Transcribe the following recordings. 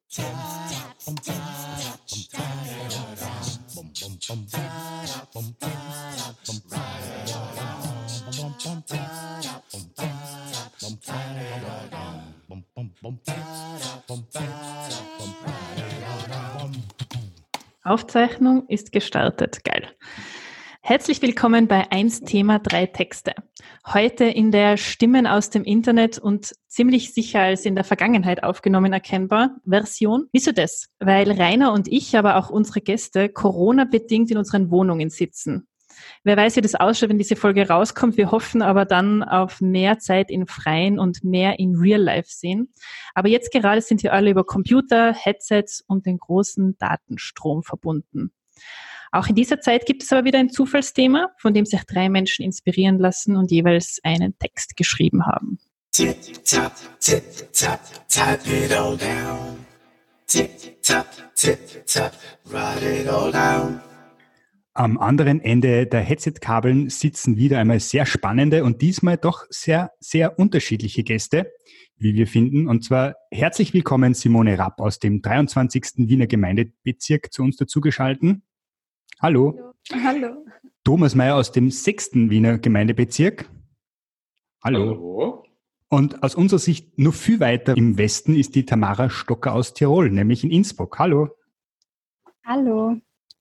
Aufzeichnung ist gestartet. Geil. Herzlich willkommen bei 1 Thema 3 Texte. Heute in der Stimmen aus dem Internet und ziemlich sicher als in der Vergangenheit aufgenommen erkennbar Version. Wieso das? Weil Rainer und ich, aber auch unsere Gäste Corona-bedingt in unseren Wohnungen sitzen. Wer weiß, wie das ausschaut, wenn diese Folge rauskommt. Wir hoffen aber dann auf mehr Zeit im Freien und mehr in Real Life sehen. Aber jetzt gerade sind wir alle über Computer, Headsets und den großen Datenstrom verbunden. Auch in dieser Zeit gibt es aber wieder ein Zufallsthema, von dem sich 3 Menschen inspirieren lassen und jeweils einen Text geschrieben haben. Tip, tap, type it all down. Tip, tap, write it all down. Am anderen Ende der Headset-Kabeln sitzen wieder einmal sehr spannende und diesmal doch sehr, sehr unterschiedliche Gäste, wie wir finden. Und zwar herzlich willkommen Simone Rapp aus dem 23. Wiener Gemeindebezirk zu uns dazugeschalten. Hallo. Hallo. Thomas Mayer aus dem 6. Wiener Gemeindebezirk. Hallo. Hallo. Und aus unserer Sicht nur viel weiter im Westen ist die Tamara Stocker aus Tirol, nämlich in Innsbruck. Hallo. Hallo.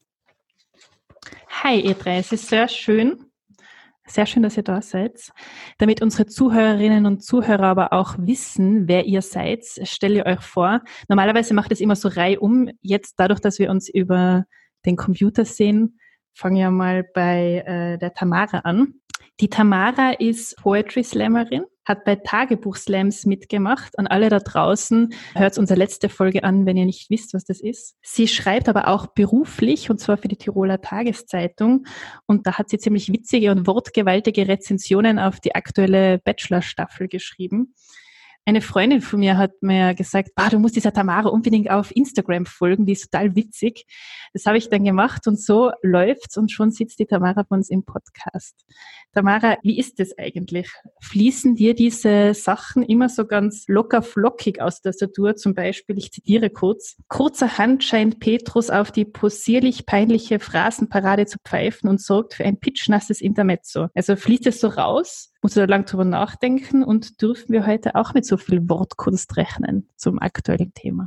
Hi ihr 3, es ist sehr schön, dass ihr da seid. Damit unsere Zuhörerinnen und Zuhörer aber auch wissen, wer ihr seid, stelle ich euch vor. Normalerweise macht es immer so reihum. Jetzt dadurch, dass wir uns über den Computer sehen, fange ich mal bei der Tamara an. Die Tamara ist Poetry Slammerin, hat bei Tagebuchslams mitgemacht. An alle da draußen, hört unsere letzte Folge an, wenn ihr nicht wisst, was das ist. Sie schreibt aber auch beruflich, und zwar für die Tiroler Tageszeitung. Und da hat sie ziemlich witzige und wortgewaltige Rezensionen auf die aktuelle Bachelor-Staffel geschrieben. Eine Freundin von mir hat mir gesagt, du musst dieser Tamara unbedingt auf Instagram folgen, die ist total witzig. Das habe ich dann gemacht und so läuft's und schon sitzt die Tamara bei uns im Podcast. Tamara, wie ist das eigentlich? Fließen dir diese Sachen immer so ganz locker flockig aus der Tastatur? Zum Beispiel, ich zitiere kurz, kurzerhand scheint Petrus auf die possierlich peinliche Phrasenparade zu pfeifen und sorgt für ein pitschnasses Intermezzo. Also fließt es so raus? Musst du da lang drüber nachdenken und dürfen wir heute auch mit so viel Wortkunst rechnen zum aktuellen Thema?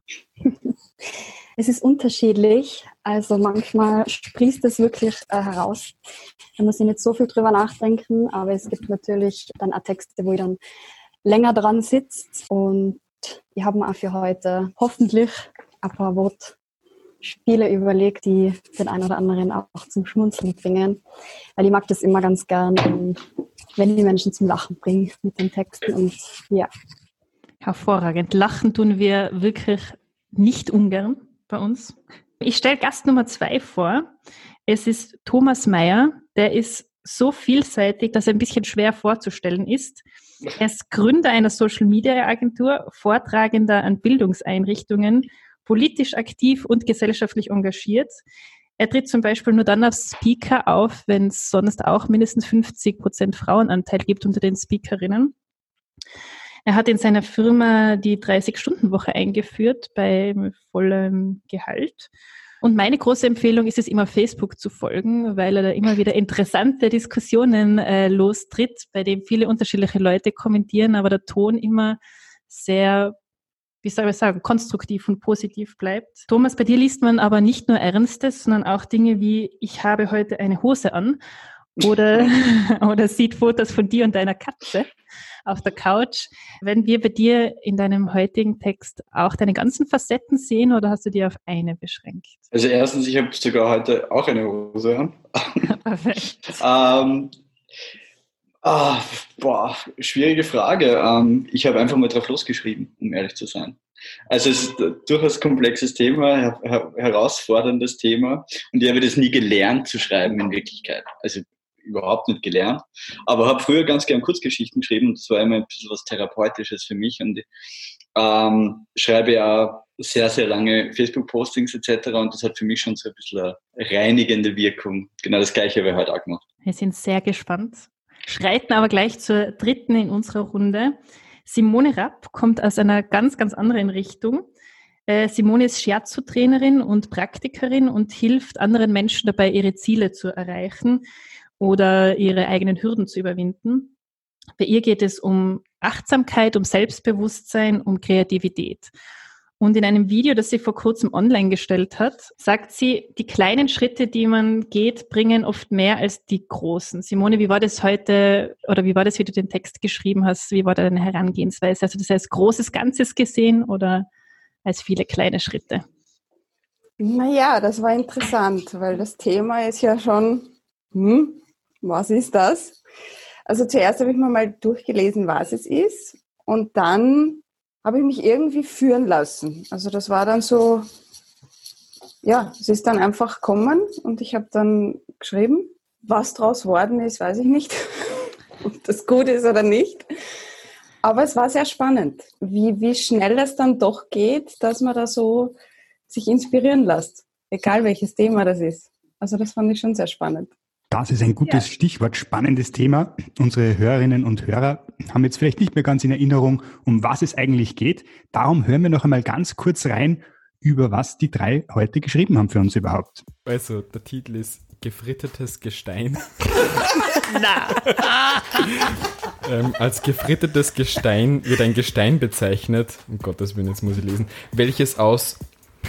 Es ist unterschiedlich, also manchmal sprießt es wirklich heraus. Da muss ich nicht so viel drüber nachdenken, aber es gibt natürlich dann auch Texte, wo ich dann länger dran sitze und ich habe mir auch für heute hoffentlich ein paar Wortspiele überlegt, die den einen oder anderen auch zum Schmunzeln bringen, weil ich mag das immer ganz gern, wenn die Menschen zum Lachen bringen mit den Texten und ja. Hervorragend. Lachen tun wir wirklich nicht ungern bei uns. Ich stelle Gast Nummer 2 vor. Es ist Thomas Mayer. Der ist so vielseitig, dass er ein bisschen schwer vorzustellen ist. Er ist Gründer einer Social-Media-Agentur, Vortragender an Bildungseinrichtungen, politisch aktiv und gesellschaftlich engagiert. Er tritt zum Beispiel nur dann als Speaker auf, wenn es sonst auch mindestens 50% Frauenanteil gibt unter den Speakerinnen. Er hat in seiner Firma die 30-Stunden-Woche eingeführt bei vollem Gehalt. Und meine große Empfehlung ist es, ihm auf Facebook zu folgen, weil er da immer wieder interessante Diskussionen lostritt, bei denen viele unterschiedliche Leute kommentieren, aber der Ton immer sehr, wie soll ich sagen, konstruktiv und positiv bleibt. Thomas, bei dir liest man aber nicht nur Ernstes, sondern auch Dinge wie, ich habe heute eine Hose an oder sieht Fotos von dir und deiner Katze auf der Couch. Werden wir bei dir in deinem heutigen Text auch deine ganzen Facetten sehen oder hast du dir auf eine beschränkt? Also erstens, ich habe sogar heute auch eine Hose an. Perfekt. Schwierige Frage. Ich habe einfach mal drauf losgeschrieben, um ehrlich zu sein. Also es ist ein durchaus komplexes Thema, herausforderndes Thema und ich habe das nie gelernt zu schreiben in Wirklichkeit. Also überhaupt nicht gelernt, aber habe früher ganz gern Kurzgeschichten geschrieben und das war immer ein bisschen was Therapeutisches für mich und schreibe ja sehr, sehr lange Facebook-Postings etc. und das hat für mich schon so ein bisschen eine reinigende Wirkung. Genau das Gleiche habe ich heute auch gemacht. Wir sind sehr gespannt. Schreiten aber gleich zur dritten in unserer Runde. Simone Rapp kommt aus einer ganz, ganz anderen Richtung. Simone ist Shiatsu-Trainerin und Praktikerin und hilft anderen Menschen dabei, ihre Ziele zu erreichen oder ihre eigenen Hürden zu überwinden. Bei ihr geht es um Achtsamkeit, um Selbstbewusstsein, um Kreativität. Und in einem Video, das sie vor kurzem online gestellt hat, sagt sie, die kleinen Schritte, die man geht, bringen oft mehr als die großen. Simone, wie war das heute, oder wie war das, wie du den Text geschrieben hast? Wie war deine Herangehensweise? Hast du das als großes Ganzes gesehen oder als viele kleine Schritte? Naja, das war interessant, weil das Thema ist ja schon, was ist das? Also zuerst habe ich mir mal durchgelesen, was es ist, und dann habe ich mich irgendwie führen lassen. Also das war dann so, ja, es ist dann einfach gekommen und ich habe dann geschrieben. Was draus worden ist, weiß ich nicht, ob das gut ist oder nicht. Aber es war sehr spannend, wie schnell es dann doch geht, dass man da so sich inspirieren lässt, egal welches Thema das ist. Also das fand ich schon sehr spannend. Das ist ein gutes Stichwort, spannendes Thema. Unsere Hörerinnen und Hörer haben jetzt vielleicht nicht mehr ganz in Erinnerung, um was es eigentlich geht. Darum hören wir noch einmal ganz kurz rein, über was die drei heute geschrieben haben für uns überhaupt. Also, der Titel ist Gefrittetes Gestein. Als gefrittetes Gestein wird ein Gestein bezeichnet, um Gottes Willen, jetzt muss ich lesen, welches aus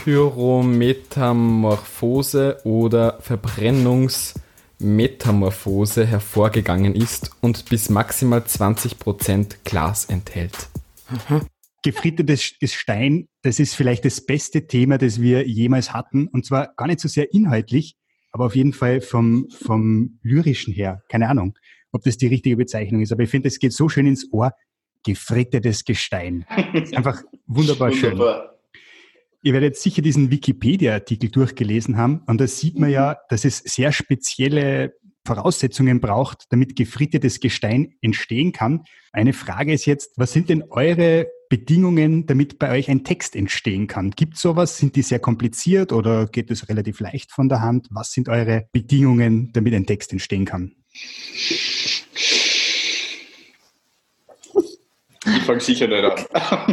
Pyrometamorphose oder Verbrennungsmetamorphose hervorgegangen ist und bis maximal 20% Glas enthält. Gefrittetes Gestein, das ist vielleicht das beste Thema, das wir jemals hatten. Und zwar gar nicht so sehr inhaltlich, aber auf jeden Fall vom Lyrischen her. Keine Ahnung, ob das die richtige Bezeichnung ist. Aber ich finde, es geht so schön ins Ohr. Gefrittetes Gestein. Einfach wunderbar schön. Ihr werdet sicher diesen Wikipedia-Artikel durchgelesen haben. Und da sieht man ja, dass es sehr spezielle Voraussetzungen braucht, damit gefrittetes Gestein entstehen kann. Eine Frage ist jetzt, was sind denn eure Bedingungen, damit bei euch ein Text entstehen kann? Gibt es sowas? Sind die sehr kompliziert oder geht es relativ leicht von der Hand? Was sind eure Bedingungen, damit ein Text entstehen kann? Ich fange sicher nicht an.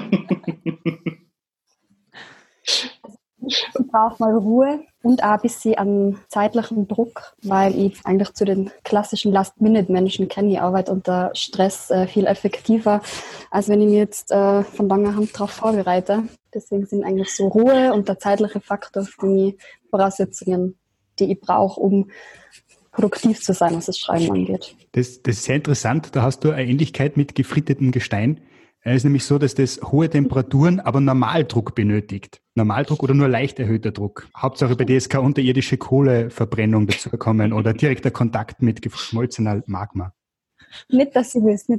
Ich brauche mal Ruhe und auch ein bisschen an zeitlichem Druck, weil ich eigentlich zu den klassischen Last-Minute-Menschen kenne. Ich arbeite unter Stress viel effektiver, als wenn ich mich jetzt von langer Hand darauf vorbereite. Deswegen sind eigentlich so Ruhe und der zeitliche Faktor für mich Voraussetzungen, die ich brauche, um produktiv zu sein, was das Schreiben angeht. Das ist sehr interessant. Da hast du eine Ähnlichkeit mit gefrittetem Gestein. Es ist nämlich so, dass das hohe Temperaturen, aber Normaldruck benötigt. Normaldruck oder nur leicht erhöhter Druck. Hauptsache bei dir ist keine unterirdische Kohleverbrennung dazugekommen oder direkter Kontakt mit geschmolzener Magma. Nicht, dass ihr wisst.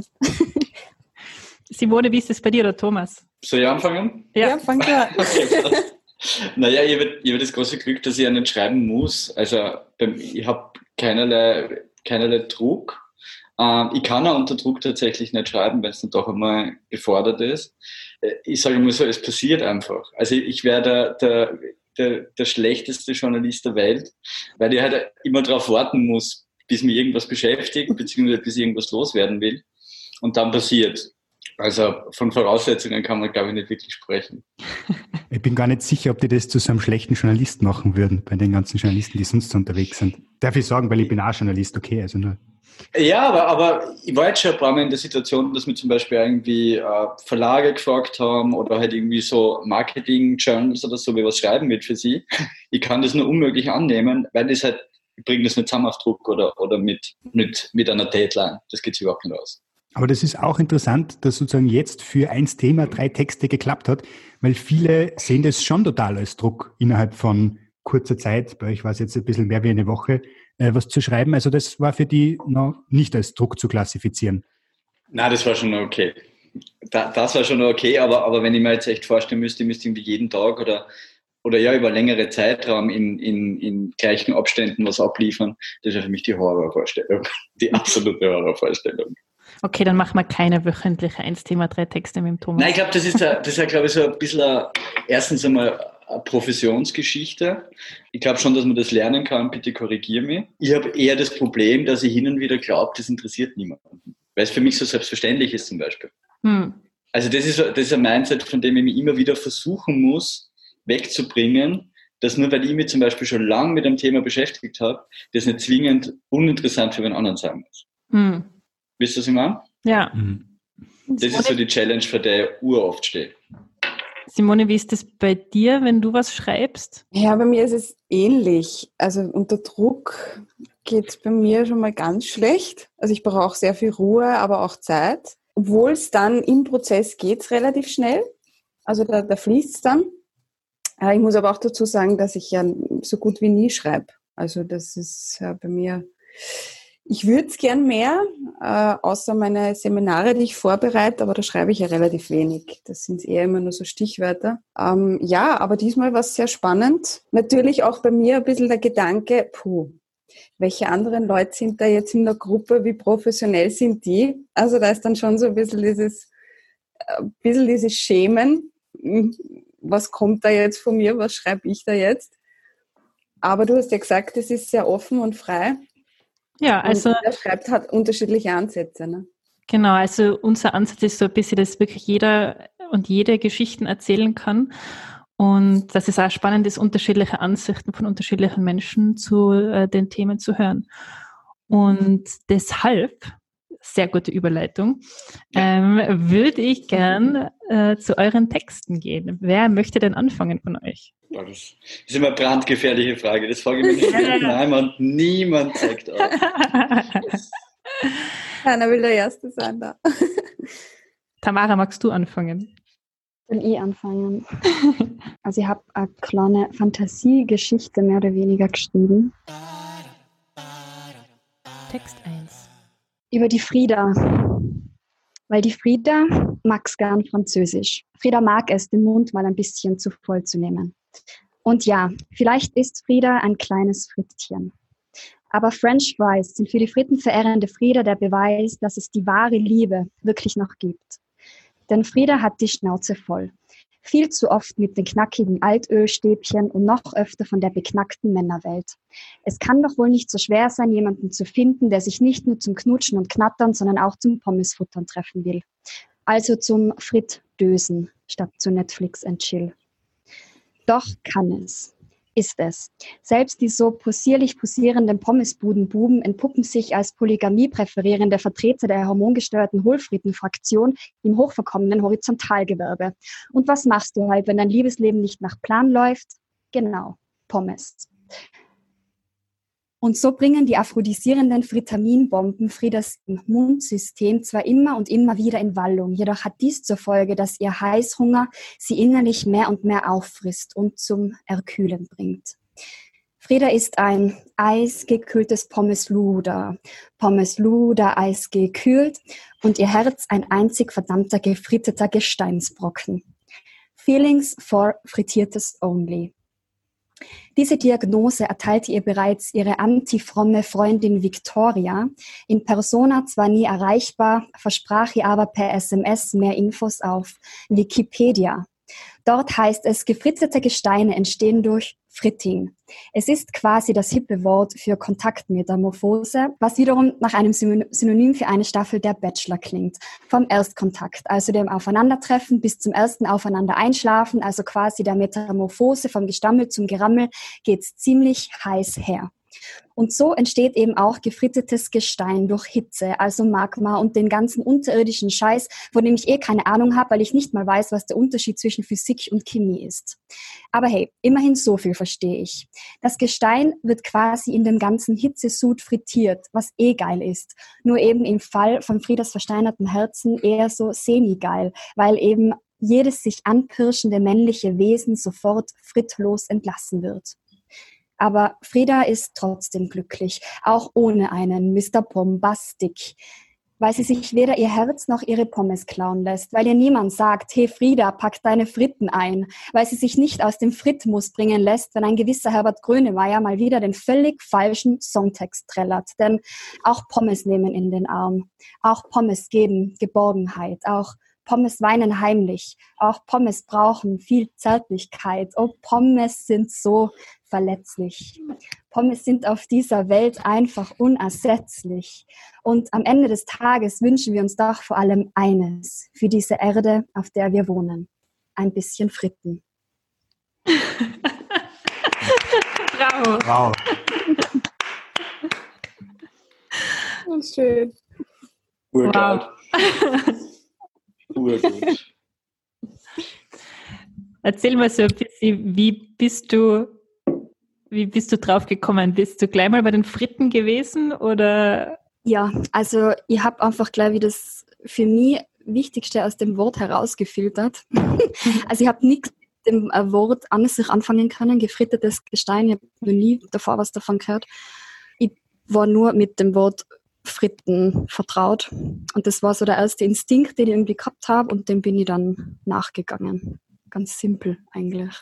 Simone, wie ist das bei dir oder Thomas? Soll ich anfangen? Ja, fang an. Naja, ich habe das große Glück, dass ich ja nicht schreiben muss. Also ich habe keinerlei Druck. Ich kann auch unter Druck tatsächlich nicht schreiben, wenn es dann doch einmal gefordert ist. Ich sage mal so, es passiert einfach. Also ich wäre der schlechteste Journalist der Welt, weil ich halt immer darauf warten muss, bis mich irgendwas beschäftigt, beziehungsweise bis ich irgendwas loswerden will. Und dann passiert. Also von Voraussetzungen kann man, glaube ich, nicht wirklich sprechen. Ich bin gar nicht sicher, ob die das zu so einem schlechten Journalist machen würden, bei den ganzen Journalisten, die sonst so unterwegs sind. Darf ich sagen, weil ich bin auch Journalist, okay, also nur... Ja, aber ich war jetzt schon ein paar Mal in der Situation, dass mir zum Beispiel irgendwie Verlage gefragt haben oder halt irgendwie so Marketing-Journals oder so, wie was schreiben wird für sie. Ich kann das nur unmöglich annehmen, weil das halt, ich bringe das nicht zusammen auf Druck oder mit einer Deadline. Das geht sich überhaupt nicht aus. Aber das ist auch interessant, dass sozusagen jetzt für ein Thema 3 Texte geklappt hat, weil viele sehen das schon total als Druck innerhalb von kurzer Zeit. Bei euch war es jetzt ein bisschen mehr wie eine Woche, was zu schreiben. Also das war für die noch nicht als Druck zu klassifizieren. Nein, das war schon okay. Das war schon okay, aber wenn ich mir jetzt echt vorstellen müsste, ich müsste irgendwie jeden Tag oder ja über längere Zeitraum in gleichen Abständen was abliefern, das wäre für mich die Horrorvorstellung, die absolute Horrorvorstellung. Okay, dann machen wir keine wöchentliche 1 Thema 3 Texte mit dem Thomas. Nein, ich glaube, das ist glaube ich, so ein bisschen erstens einmal eine Professionsgeschichte. Ich glaube schon, dass man das lernen kann. Bitte korrigiere mich. Ich habe eher das Problem, dass ich hin und wieder glaube, das interessiert niemanden. Weil es für mich so selbstverständlich ist zum Beispiel. Also das ist ein Mindset, von dem ich mich immer wieder versuchen muss, wegzubringen, dass nur weil ich mich zum Beispiel schon lange mit dem Thema beschäftigt habe, das nicht zwingend uninteressant für einen anderen sein muss. Hm. Wisst ihr, was ich meine? Ja. Das ist so die Challenge, vor der ich uroft stehe. Simone, wie ist das bei dir, wenn du was schreibst? Ja, bei mir ist es ähnlich. Also unter Druck geht es bei mir schon mal ganz schlecht. Also ich brauche sehr viel Ruhe, aber auch Zeit. Obwohl es dann im Prozess geht relativ schnell. Also da fließt es dann. Ich muss aber auch dazu sagen, dass ich ja so gut wie nie schreibe. Also das ist bei mir... Ich würde es gern mehr, außer meine Seminare, die ich vorbereite, aber da schreibe ich ja relativ wenig. Das sind eher immer nur so Stichwörter. Ja, aber diesmal war es sehr spannend. Natürlich auch bei mir ein bisschen der Gedanke, welche anderen Leute sind da jetzt in der Gruppe, wie professionell sind die? Also da ist dann schon so ein bisschen dieses Schämen. Was kommt da jetzt von mir? Was schreibe ich da jetzt? Aber du hast ja gesagt, es ist sehr offen und frei. Ja, also und jeder schreibt, hat unterschiedliche Ansätze. Ne? genau, also unser Ansatz ist so ein bisschen, dass wirklich jeder und jede Geschichten erzählen kann und dass es auch spannend ist, unterschiedliche Ansichten von unterschiedlichen Menschen zu den Themen zu hören. Und deshalb, sehr gute Überleitung, würde ich gern zu euren Texten gehen. Wer möchte denn anfangen von euch? Das ist immer eine brandgefährliche Frage. Das frage ich mich nicht einmal und niemand zeigt auf. Keiner will der Erste sein da. Tamara, magst du anfangen? Will ich anfangen? Also ich habe eine kleine Fantasiegeschichte mehr oder weniger geschrieben. Text 1. Über die Frieda. Weil die Frieda mag's gern Französisch. Frieda mag es, den Mund mal ein bisschen zu voll zu nehmen. Und ja, vielleicht ist Frieda ein kleines Frittchen. Aber French Fries sind für die frittenverehrende Frieda der Beweis, dass es die wahre Liebe wirklich noch gibt. Denn Frieda hat die Schnauze voll. Viel zu oft mit den knackigen Altölstäbchen und noch öfter von der beknackten Männerwelt. Es kann doch wohl nicht so schwer sein, jemanden zu finden, der sich nicht nur zum Knutschen und Knattern, sondern auch zum Pommesfuttern treffen will. Also zum Frittdösen statt zu Netflix and Chill. Doch kann es. Ist es. Selbst die so possierlich posierenden Pommesbudenbuben entpuppen sich als Polygamie präferierende Vertreter der hormongesteuerten Hohlfritten-Fraktion im hochverkommenen Horizontalgewerbe. Und was machst du halt, wenn dein Liebesleben nicht nach Plan läuft? Genau, Pommes. Und so bringen die aphrodisierenden Fritaminbomben Friedas Immunsystem zwar immer und immer wieder in Wallung, jedoch hat dies zur Folge, dass ihr Heißhunger sie innerlich mehr und mehr auffrisst und zum Erkühlen bringt. Frieda ist ein eisgekühltes Pommesluder, eisgekühlt und ihr Herz ein einzig verdammter gefritteter Gesteinsbrocken. Feelings for Frittiertes only. Diese Diagnose erteilte ihr bereits ihre antifromme Freundin Victoria, in Persona zwar nie erreichbar, versprach ihr aber per SMS mehr Infos auf Wikipedia. Dort heißt es, gefrittete Gesteine entstehen durch Fritting. Es ist quasi das hippe Wort für Kontaktmetamorphose, was wiederum nach einem Synonym für eine Staffel der Bachelor klingt. Vom Erstkontakt, also dem Aufeinandertreffen, bis zum ersten Aufeinander einschlafen, also quasi der Metamorphose vom Gestammel zum Gerammel, geht's ziemlich heiß her. Und so entsteht eben auch gefrittetes Gestein durch Hitze, also Magma und den ganzen unterirdischen Scheiß, von dem ich keine Ahnung habe, weil ich nicht mal weiß, was der Unterschied zwischen Physik und Chemie ist. Aber hey, immerhin so viel verstehe ich. Das Gestein wird quasi in dem ganzen Hitzesud frittiert, was geil ist. Nur eben im Fall von Friedas versteinerten Herzen eher so semi-geil, weil eben jedes sich anpirschende männliche Wesen sofort frittlos entlassen wird. Aber Frieda ist trotzdem glücklich, auch ohne einen Mr. Bombastic, weil sie sich weder ihr Herz noch ihre Pommes klauen lässt, weil ihr niemand sagt, hey Frieda, pack deine Fritten ein, weil sie sich nicht aus dem Frittmus bringen lässt, wenn ein gewisser Herbert Grönemeyer mal wieder den völlig falschen Songtext trällert. Denn auch Pommes nehmen in den Arm, auch Pommes geben Geborgenheit, auch Pommes weinen heimlich, auch Pommes brauchen viel Zärtlichkeit. Oh, Pommes sind so verletzlich. Pommes sind auf dieser Welt einfach unersetzlich. Und am Ende des Tages wünschen wir uns doch vor allem eines für diese Erde, auf der wir wohnen. Ein bisschen Fritten. Bravo. Wow. Schön. Urgeil. Urgut. Erzähl mal so ein bisschen, wie bist du drauf gekommen? Bist du gleich mal bei den Fritten gewesen oder? Ja, also ich habe einfach gleich wie das für mich Wichtigste aus dem Wort herausgefiltert. Also ich habe nichts mit dem Wort an sich anfangen können, gefrittetes Gestein. Ich habe noch nie davor was davon gehört. Ich war nur mit dem Wort Fritten vertraut. Und das war so der erste Instinkt, den ich irgendwie gehabt habe, und dem bin ich dann nachgegangen. Ganz simpel eigentlich.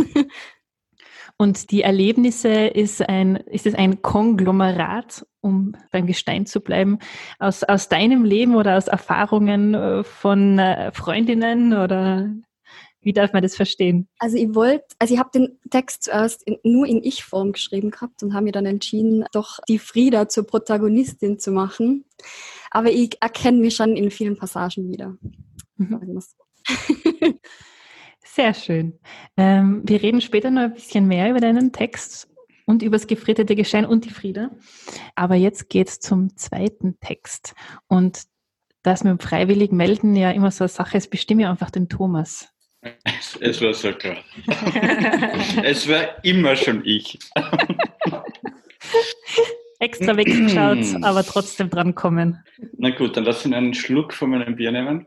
Und die Erlebnisse ist es ein Konglomerat, um beim Gestein zu bleiben, aus deinem Leben oder aus Erfahrungen von Freundinnen, oder wie darf man das verstehen? Also ich habe den Text zuerst nur in Ich-Form geschrieben gehabt und habe mir dann entschieden, doch die Frieda zur Protagonistin zu machen. Aber ich erkenne mich schon in vielen Passagen wieder. Sagen wir's so. Sehr schön. Wir reden später noch ein bisschen mehr über deinen Text und über das gefrittete Gestein und die Frieda. Aber jetzt geht's zum zweiten Text. Und das mit dem freiwillig melden ja immer so eine Sache ist, bestimme ich einfach den Thomas. Es war so klar. Es war immer schon ich. Extra weggeschaut, aber trotzdem drankommen. Na gut, dann lass ich einen Schluck von meinem Bier nehmen.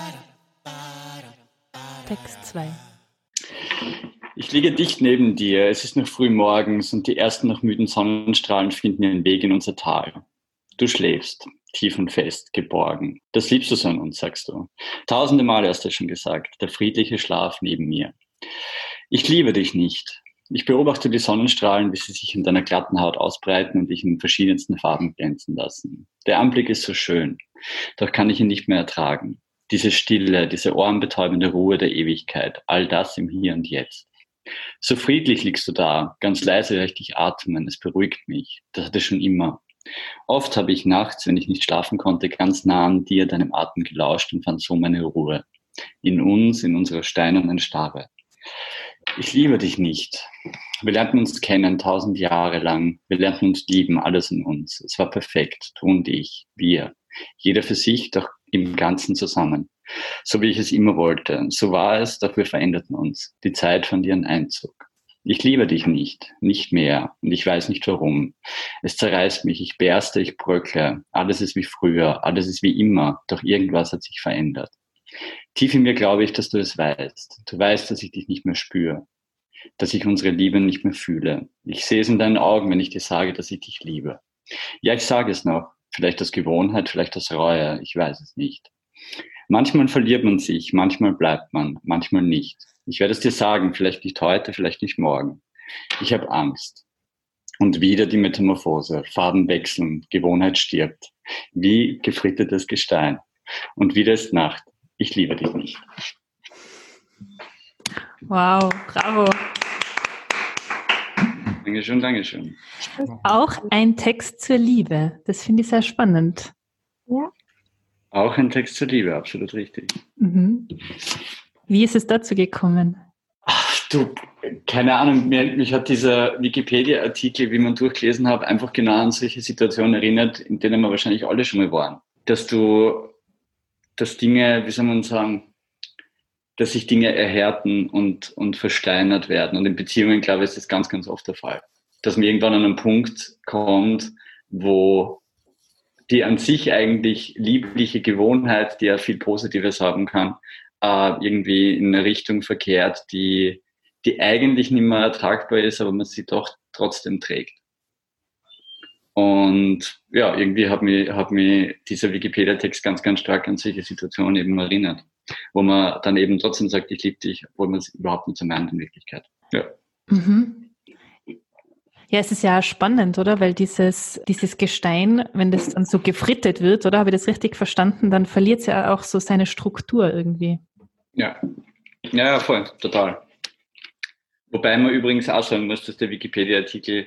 Text 2. Ich liege dicht neben dir, es ist noch früh morgens und die ersten noch müden Sonnenstrahlen finden ihren Weg in unser Tal. Du schläfst, tief und fest, geborgen. Das liebst du so an uns, sagst du. Tausende Male hast du schon gesagt, der friedliche Schlaf neben mir. Ich liebe dich nicht. Ich beobachte die Sonnenstrahlen, wie sie sich in deiner glatten Haut ausbreiten und dich in verschiedensten Farben glänzen lassen. Der Anblick ist so schön, doch kann ich ihn nicht mehr ertragen. Diese Stille, diese ohrenbetäubende Ruhe der Ewigkeit, all das im Hier und Jetzt. So friedlich liegst du da, ganz leise höre ich dich atmen, es beruhigt mich. Das hatte ich schon immer. Oft habe ich nachts, wenn ich nicht schlafen konnte, ganz nah an dir, deinem Atem gelauscht und fand so meine Ruhe. In uns, in unserer steinernen Starre. Ich liebe dich nicht. Wir lernten uns kennen 1000 Jahre lang. Wir lernten uns lieben, alles in uns. Es war perfekt, du und ich, wir. Jeder für sich, doch im Ganzen zusammen. So wie ich es immer wollte. So war es, doch wir veränderten uns. Die Zeit fand ihren Einzug. Ich liebe dich nicht, nicht mehr. Und ich weiß nicht warum. Es zerreißt mich, ich berste, ich bröckle. Alles ist wie früher, alles ist wie immer. Doch irgendwas hat sich verändert. Tief in mir glaube ich, dass du es weißt. Du weißt, dass ich dich nicht mehr spüre. Dass ich unsere Liebe nicht mehr fühle. Ich sehe es in deinen Augen, wenn ich dir sage, dass ich dich liebe. Ja, ich sage es noch. Vielleicht aus Gewohnheit, vielleicht aus Reue. Ich weiß es nicht. Manchmal verliert man sich, manchmal bleibt man, manchmal nicht. Ich werde es dir sagen, vielleicht nicht heute, vielleicht nicht morgen. Ich habe Angst. Und wieder die Metamorphose. Farben wechseln, Gewohnheit stirbt. Wie gefrittetes Gestein. Und wieder ist Nacht. Ich liebe dich nicht. Wow, bravo. Dankeschön, Dankeschön. Auch ein Text zur Liebe. Das finde ich sehr spannend. Ja. Auch ein Text zur Liebe, absolut richtig. Mhm. Wie ist es dazu gekommen? Ach du, keine Ahnung, mich hat dieser Wikipedia-Artikel, wie man durchgelesen habe, einfach genau an solche Situationen erinnert, in denen wir wahrscheinlich alle schon mal waren. Dass Dinge, wie soll man sagen, dass sich Dinge erhärten und versteinert werden. Und in Beziehungen, glaube ich, ist das ganz, ganz oft der Fall. Dass man irgendwann an einen Punkt kommt, wo die an sich eigentlich liebliche Gewohnheit, die ja viel Positives haben kann, irgendwie in eine Richtung verkehrt, die eigentlich nicht mehr ertragbar ist, aber man sie doch trotzdem trägt. Und ja, irgendwie hat mich dieser Wikipedia-Text ganz, ganz stark an solche Situationen eben erinnert, wo man dann eben trotzdem sagt, ich liebe dich, obwohl man es überhaupt nicht so meint in Wirklichkeit. Ja. Mhm. Ja, es ist ja spannend, oder? Weil dieses Gestein, wenn das dann so gefrittet wird, oder? Habe ich das richtig verstanden? Dann verliert es ja auch so seine Struktur irgendwie. Ja, voll, total. Wobei man übrigens auch sagen muss, dass der Wikipedia-Artikel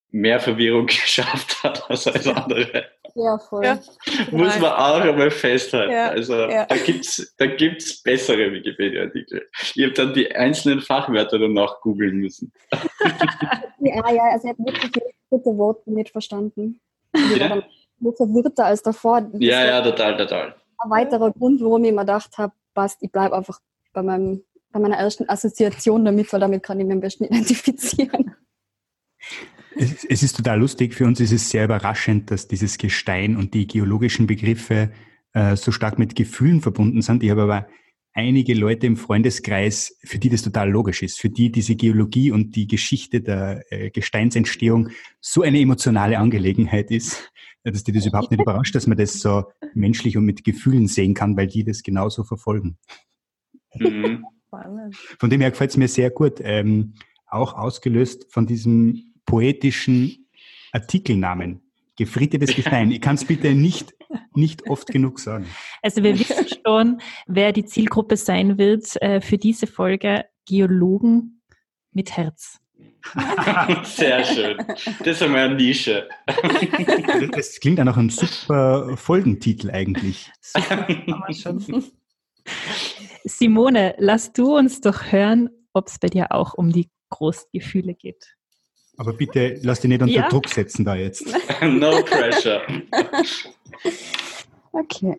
mehr Verwirrung geschafft hat als alles andere. Ja, voll. Ja. Muss man auch einmal festhalten. Ja, Also ja. da gibt's bessere Wikipedia-Artikel. Ich habe dann die einzelnen Fachwörter danach googeln müssen. Ja, also ich habe wirklich das dritte Wort nicht verstanden. Ich war Ja? dann nur verwirrter als davor. Das Ja, war total. ein weiterer Grund, warum ich mir gedacht habe, passt, ich bleibe einfach bei meiner ersten Assoziation damit, weil damit kann ich mich am besten identifizieren. Es ist total lustig. Für uns ist es sehr überraschend, dass dieses Gestein und die geologischen Begriffe so stark mit Gefühlen verbunden sind. Ich habe aber einige Leute im Freundeskreis, für die das total logisch ist, für die diese Geologie und die Geschichte der Gesteinsentstehung so eine emotionale Angelegenheit ist, dass die das überhaupt nicht überrascht, dass man das so menschlich und mit Gefühlen sehen kann, weil die das genauso verfolgen. Mhm. Spannend. Von dem her gefällt es mir sehr gut. Auch ausgelöst von diesem poetischen Artikelnamen. Gefrittetes Gestein. Ich kann es bitte nicht oft genug sagen. Also wir wissen schon, wer die Zielgruppe sein wird für diese Folge. Geologen mit Herz. Sehr schön. Das ist einmal eine Nische. Das klingt auch nach einem super Folgentitel eigentlich. Super, haben wir schon. Simone, lass du uns doch hören, ob es bei dir auch um die Großgefühle geht. Aber bitte lass dich nicht unter Ja. Druck setzen da jetzt. No pressure. Okay.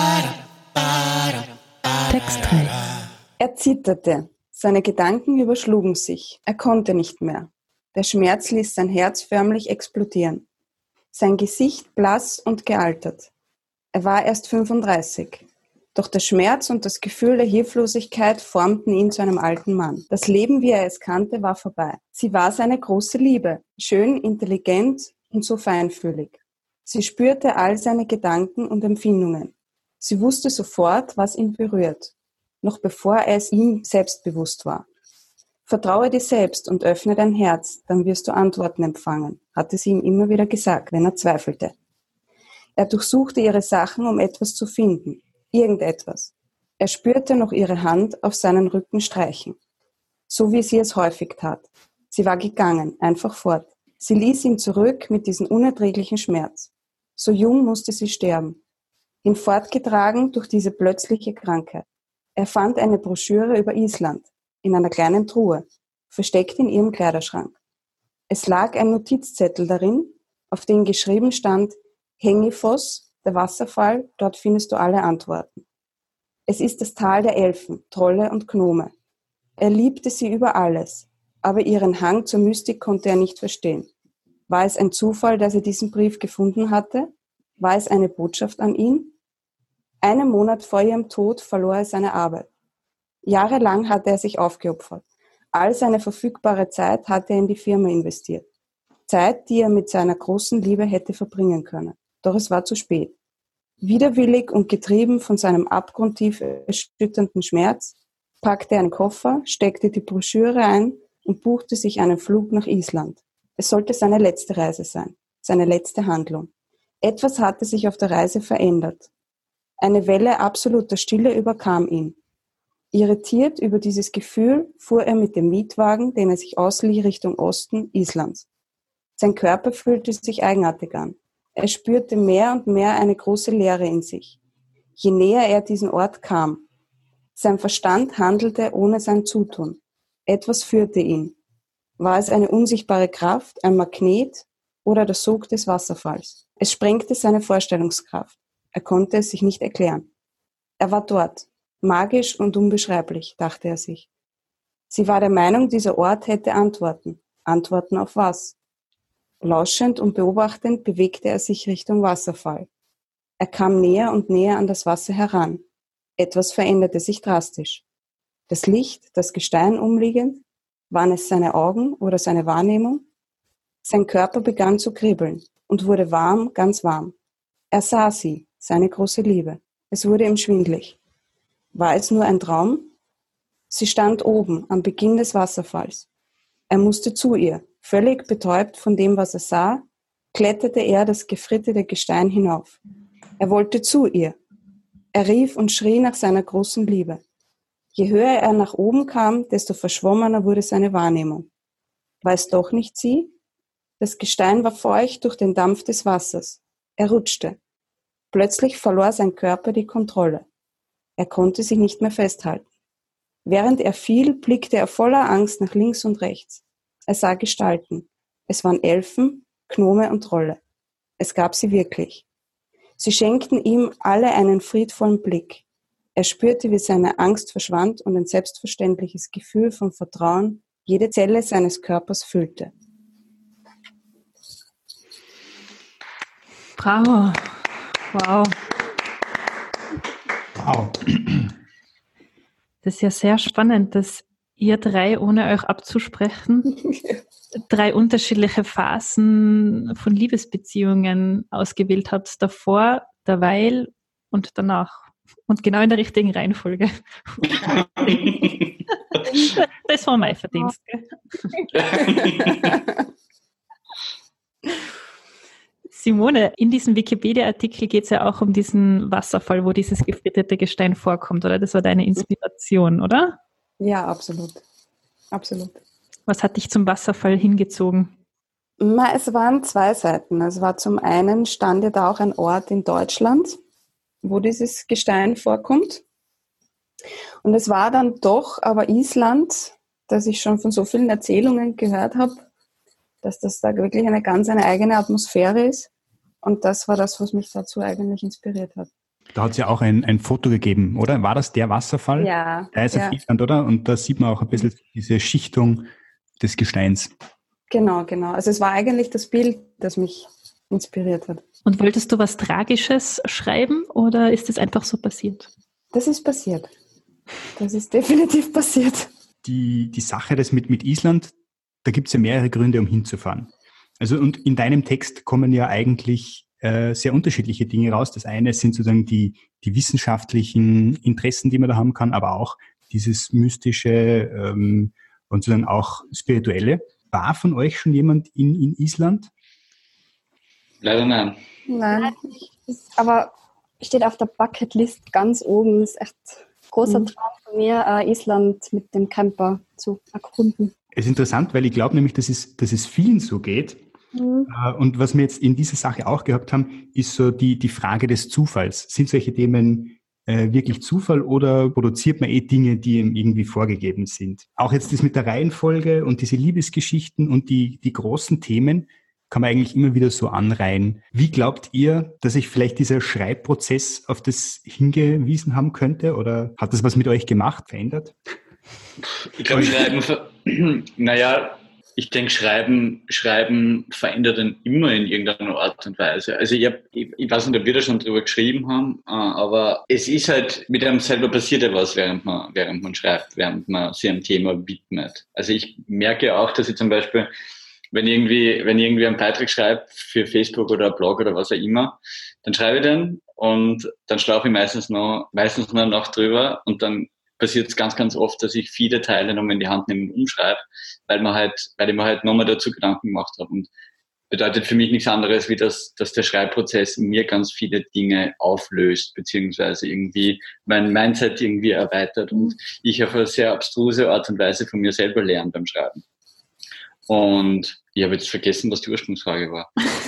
Text 3. Er zitterte. Seine Gedanken überschlugen sich. Er konnte nicht mehr. Der Schmerz ließ sein Herz förmlich explodieren. Sein Gesicht blass und gealtert. Er war erst 35. Doch der Schmerz und das Gefühl der Hilflosigkeit formten ihn zu einem alten Mann. Das Leben, wie er es kannte, war vorbei. Sie war seine große Liebe, schön, intelligent und so feinfühlig. Sie spürte all seine Gedanken und Empfindungen. Sie wusste sofort, was ihn berührt, noch bevor er es ihm selbst bewusst war. Vertraue dir selbst und öffne dein Herz, dann wirst du Antworten empfangen, hatte sie ihm immer wieder gesagt, wenn er zweifelte. Er durchsuchte ihre Sachen, um etwas zu finden. Irgendetwas. Er spürte noch ihre Hand auf seinen Rücken streichen. So wie sie es häufig tat. Sie war gegangen, einfach fort. Sie ließ ihn zurück mit diesem unerträglichen Schmerz. So jung musste sie sterben. Ihn fortgetragen durch diese plötzliche Krankheit. Er fand eine Broschüre über Island in einer kleinen Truhe, versteckt in ihrem Kleiderschrank. Es lag ein Notizzettel darin, auf dem geschrieben stand: Hengifoss, der Wasserfall, dort findest du alle Antworten. Es ist das Tal der Elfen, Trolle und Gnome. Er liebte sie über alles, aber ihren Hang zur Mystik konnte er nicht verstehen. War es ein Zufall, dass er diesen Brief gefunden hatte? War es eine Botschaft an ihn? Einen Monat vor ihrem Tod verlor er seine Arbeit. Jahrelang hatte er sich aufgeopfert. All seine verfügbare Zeit hatte er in die Firma investiert. Zeit, die er mit seiner großen Liebe hätte verbringen können. Doch es war zu spät. Widerwillig und getrieben von seinem abgrundtief erschütternden Schmerz, packte er einen Koffer, steckte die Broschüre ein und buchte sich einen Flug nach Island. Es sollte seine letzte Reise sein, seine letzte Handlung. Etwas hatte sich auf der Reise verändert. Eine Welle absoluter Stille überkam ihn. Irritiert über dieses Gefühl fuhr er mit dem Mietwagen, den er sich auslieh, Richtung Osten Islands. Sein Körper fühlte sich eigenartig an. Er spürte mehr und mehr eine große Leere in sich, je näher er diesen Ort kam. Sein Verstand handelte ohne sein Zutun. Etwas führte ihn. War es eine unsichtbare Kraft, ein Magnet oder der Sog des Wasserfalls? Es sprengte seine Vorstellungskraft. Er konnte es sich nicht erklären. Er war dort, magisch und unbeschreiblich, dachte er sich. Sie war der Meinung, dieser Ort hätte Antworten. Antworten auf was? Lauschend und beobachtend bewegte er sich Richtung Wasserfall. Er kam näher und näher an das Wasser heran. Etwas veränderte sich drastisch. Das Licht, das Gestein umliegend, waren es seine Augen oder seine Wahrnehmung? Sein Körper begann zu kribbeln und wurde warm, ganz warm. Er sah sie, seine große Liebe. Es wurde ihm schwindlig. War es nur ein Traum? Sie stand oben, am Beginn des Wasserfalls. Er musste zu ihr. Völlig betäubt von dem, was er sah, kletterte er das gefrittete Gestein hinauf. Er wollte zu ihr. Er rief und schrie nach seiner großen Liebe. Je höher er nach oben kam, desto verschwommener wurde seine Wahrnehmung. War es doch nicht sie? Das Gestein war feucht durch den Dampf des Wassers. Er rutschte. Plötzlich verlor sein Körper die Kontrolle. Er konnte sich nicht mehr festhalten. Während er fiel, blickte er voller Angst nach links und rechts. Er sah Gestalten. Es waren Elfen, Gnome und Trolle. Es gab sie wirklich. Sie schenkten ihm alle einen friedvollen Blick. Er spürte, wie seine Angst verschwand und ein selbstverständliches Gefühl von Vertrauen jede Zelle seines Körpers füllte. Bravo. Wow. Wow. Das ist ja sehr spannend, dass ihr drei, ohne euch abzusprechen, 3 unterschiedliche Phasen von Liebesbeziehungen ausgewählt habt. Davor, derweil und danach. Und genau in der richtigen Reihenfolge. Das war mein Verdienst. Gell? Simone, in diesem Wikipedia-Artikel geht es ja auch um diesen Wasserfall, wo dieses gefrittete Gestein vorkommt, oder? Das war deine Inspiration, oder? Ja, absolut. Absolut. Was hat dich zum Wasserfall hingezogen? Es waren 2 Seiten. Es war zum einen, stand ja da auch ein Ort in Deutschland, wo dieses Gestein vorkommt. Und es war dann doch aber Island, das ich schon von so vielen Erzählungen gehört habe, dass das da wirklich eine eigene Atmosphäre ist. Und das war das, was mich dazu eigentlich inspiriert hat. Da hat es ja auch ein Foto gegeben, oder? War das der Wasserfall? Ja. Der ist auf Island, oder? Und da sieht man auch ein bisschen diese Schichtung des Gesteins. Genau. Also es war eigentlich das Bild, das mich inspiriert hat. Und wolltest du was Tragisches schreiben oder ist es einfach so passiert? Das ist passiert. Das ist definitiv passiert. Die Sache, das mit Island, da gibt es ja mehrere Gründe, um hinzufahren. Also und in deinem Text kommen ja eigentlich sehr unterschiedliche Dinge raus. Das eine sind sozusagen die wissenschaftlichen Interessen, die man da haben kann, aber auch dieses mystische und sozusagen auch spirituelle. War von euch schon jemand in Island? Leider nein. Nein, aber steht auf der Bucketlist ganz oben. Ist echt großer Traum von mir, Island mit dem Camper zu erkunden. Es ist interessant, weil ich glaube nämlich, dass es vielen so geht. Und was wir jetzt in dieser Sache auch gehabt haben, ist so die Frage des Zufalls. Sind solche Themen wirklich Zufall oder produziert man Dinge, die ihm irgendwie vorgegeben sind? Auch jetzt das mit der Reihenfolge und diese Liebesgeschichten und die großen Themen kann man eigentlich immer wieder so anreihen. Wie glaubt ihr, dass sich vielleicht dieser Schreibprozess auf das hingewiesen haben könnte? Oder hat das was mit euch gemacht, verändert? Ich glaube, ich denke, Schreiben verändert dann immer in irgendeiner Art und Weise. Also ich weiß nicht, ob wir da schon drüber geschrieben haben, aber es ist halt, mit einem selber passiert ja was, während man schreibt, während man sich einem Thema widmet. Also ich merke auch, dass ich zum Beispiel, wenn ich irgendwie einen Beitrag schreibe für Facebook oder einen Blog oder was auch immer, dann schreibe ich den und dann schlafe ich meistens noch eine Nacht drüber und dann passiert es ganz, ganz oft, dass ich viele Teile nochmal in die Hand nehme und umschreibe, weil ich mir halt nochmal dazu Gedanken gemacht habe. Und bedeutet für mich nichts anderes, wie dass der Schreibprozess mir ganz viele Dinge auflöst, beziehungsweise irgendwie mein Mindset irgendwie erweitert und ich auf eine sehr abstruse Art und Weise von mir selber lerne beim Schreiben. Und ich habe jetzt vergessen, was die Ursprungsfrage war.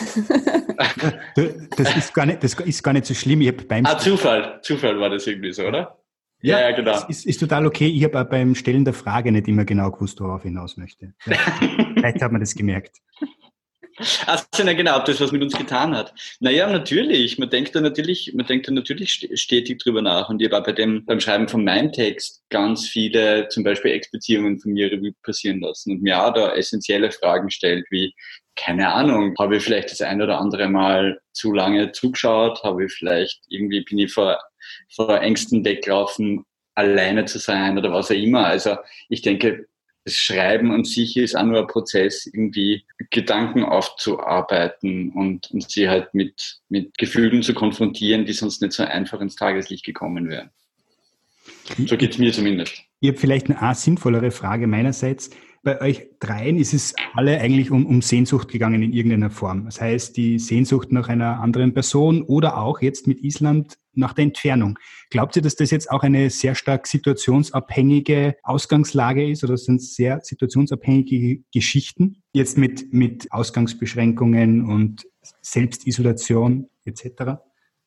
Das ist gar nicht so schlimm. Ich hab beim Zufall war das irgendwie so, oder? Ja, genau. Ist total okay. Ich habe beim Stellen der Frage nicht immer genau gewusst, worauf ich hinaus möchte. Vielleicht hat man das gemerkt. Also, genau, ob das was mit uns getan hat. Naja, natürlich. Man denkt da natürlich stetig drüber nach. Und ich habe beim Schreiben von meinem Text ganz viele, zum Beispiel Ex-Beziehungen von mir Revue passieren lassen und mir auch da essentielle Fragen stellt, wie, keine Ahnung, habe ich vielleicht das ein oder andere Mal zu lange zugeschaut? Bin ich vor Ängsten weglaufen, alleine zu sein oder was auch immer. Also ich denke, das Schreiben an sich ist auch nur ein Prozess, irgendwie Gedanken aufzuarbeiten und sie halt mit Gefühlen zu konfrontieren, die sonst nicht so einfach ins Tageslicht gekommen wären. So geht's mir zumindest. Ich habe vielleicht eine sinnvollere Frage meinerseits. bei euch dreien ist es alle eigentlich um Sehnsucht gegangen in irgendeiner Form. Das heißt, die Sehnsucht nach einer anderen Person oder auch jetzt mit Island nach der Entfernung. Glaubt ihr, dass das jetzt auch eine sehr stark situationsabhängige Ausgangslage ist oder sind es sehr situationsabhängige Geschichten? Jetzt mit Ausgangsbeschränkungen und Selbstisolation etc.?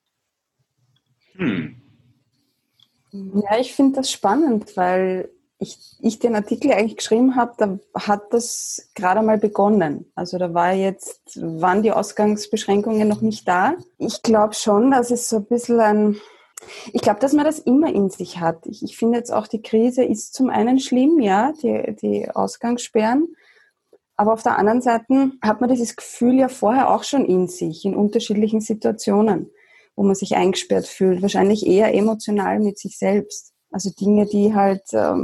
Ja, ich finde das spannend, weil ich den Artikel eigentlich geschrieben habe, da hat das gerade mal begonnen. Also da waren die Ausgangsbeschränkungen noch nicht da. Ich glaube schon, dass es so ein bisschen ich glaube, dass man das immer in sich hat. Ich finde jetzt auch, die Krise ist zum einen schlimm, ja, die Ausgangssperren. Aber auf der anderen Seite hat man dieses Gefühl ja vorher auch schon in sich, in unterschiedlichen Situationen, wo man sich eingesperrt fühlt. Wahrscheinlich eher emotional mit sich selbst. Also Dinge, die halt,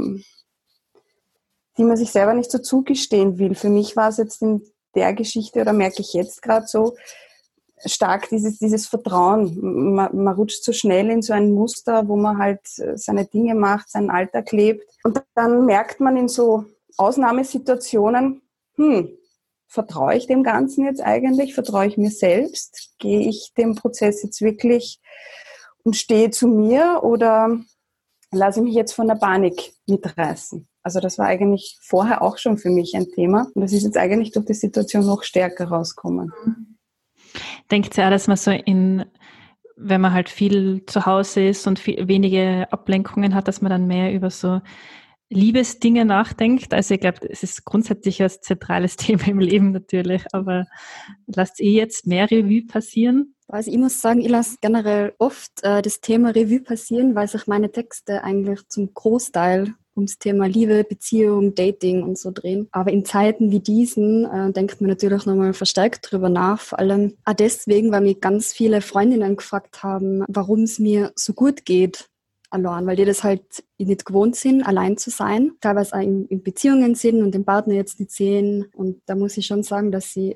die man sich selber nicht so zugestehen will. Für mich war es jetzt in der Geschichte, oder merke ich jetzt gerade so, stark dieses Vertrauen. Man rutscht so schnell in so ein Muster, wo man halt seine Dinge macht, seinen Alltag lebt. Und dann merkt man in so Ausnahmesituationen, vertraue ich dem Ganzen jetzt eigentlich? Vertraue ich mir selbst? Gehe ich dem Prozess jetzt wirklich und stehe zu mir oder lasse ich mich jetzt von der Panik mitreißen? Also das war eigentlich vorher auch schon für mich ein Thema. Und das ist jetzt eigentlich durch die Situation noch stärker rausgekommen. Denkt ihr auch, dass man so wenn man halt viel zu Hause ist und wenige Ablenkungen hat, dass man dann mehr über so Liebesdinge nachdenkt? Also ich glaube, es ist grundsätzlich ein zentrales Thema im Leben natürlich, aber lasst ihr jetzt mehr Revue passieren? Also ich muss sagen, ich lasse generell oft das Thema Revue passieren, weil sich meine Texte eigentlich zum Großteil ums Thema Liebe, Beziehung, Dating und so drehen. Aber in Zeiten wie diesen denkt man natürlich nochmal verstärkt drüber nach. Vor allem auch deswegen, weil mich ganz viele Freundinnen gefragt haben, warum es mir so gut geht allein, weil die das halt nicht gewohnt sind, allein zu sein. Teilweise auch in Beziehungen sind und den Partner jetzt nicht sehen. Und da muss ich schon sagen,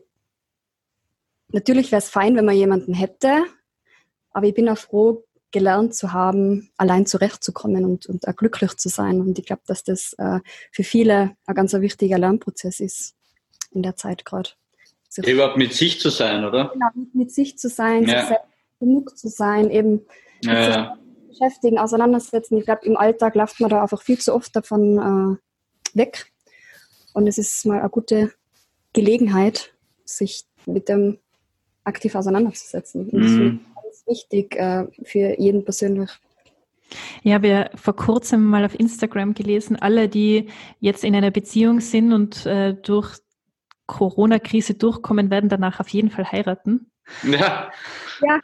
natürlich wäre es fein, wenn man jemanden hätte, aber ich bin auch froh, gelernt zu haben, allein zurechtzukommen und auch glücklich zu sein. Und ich glaube, dass das für viele ein ganz wichtiger Lernprozess ist in der Zeit gerade. Überhaupt mit sich zu sein, oder? Genau, mit sich zu sein, sich selbst genug zu sein, eben mit sich beschäftigen, auseinandersetzen. Ich glaube, im Alltag läuft man da einfach viel zu oft davon weg. Und es ist mal eine gute Gelegenheit, sich mit dem aktiv auseinanderzusetzen. Und das finde ich ganz wichtig für jeden persönlich. Ich habe ja vor kurzem mal auf Instagram gelesen, alle, die jetzt in einer Beziehung sind und durch Corona-Krise durchkommen, werden danach auf jeden Fall heiraten. Ja. Ja.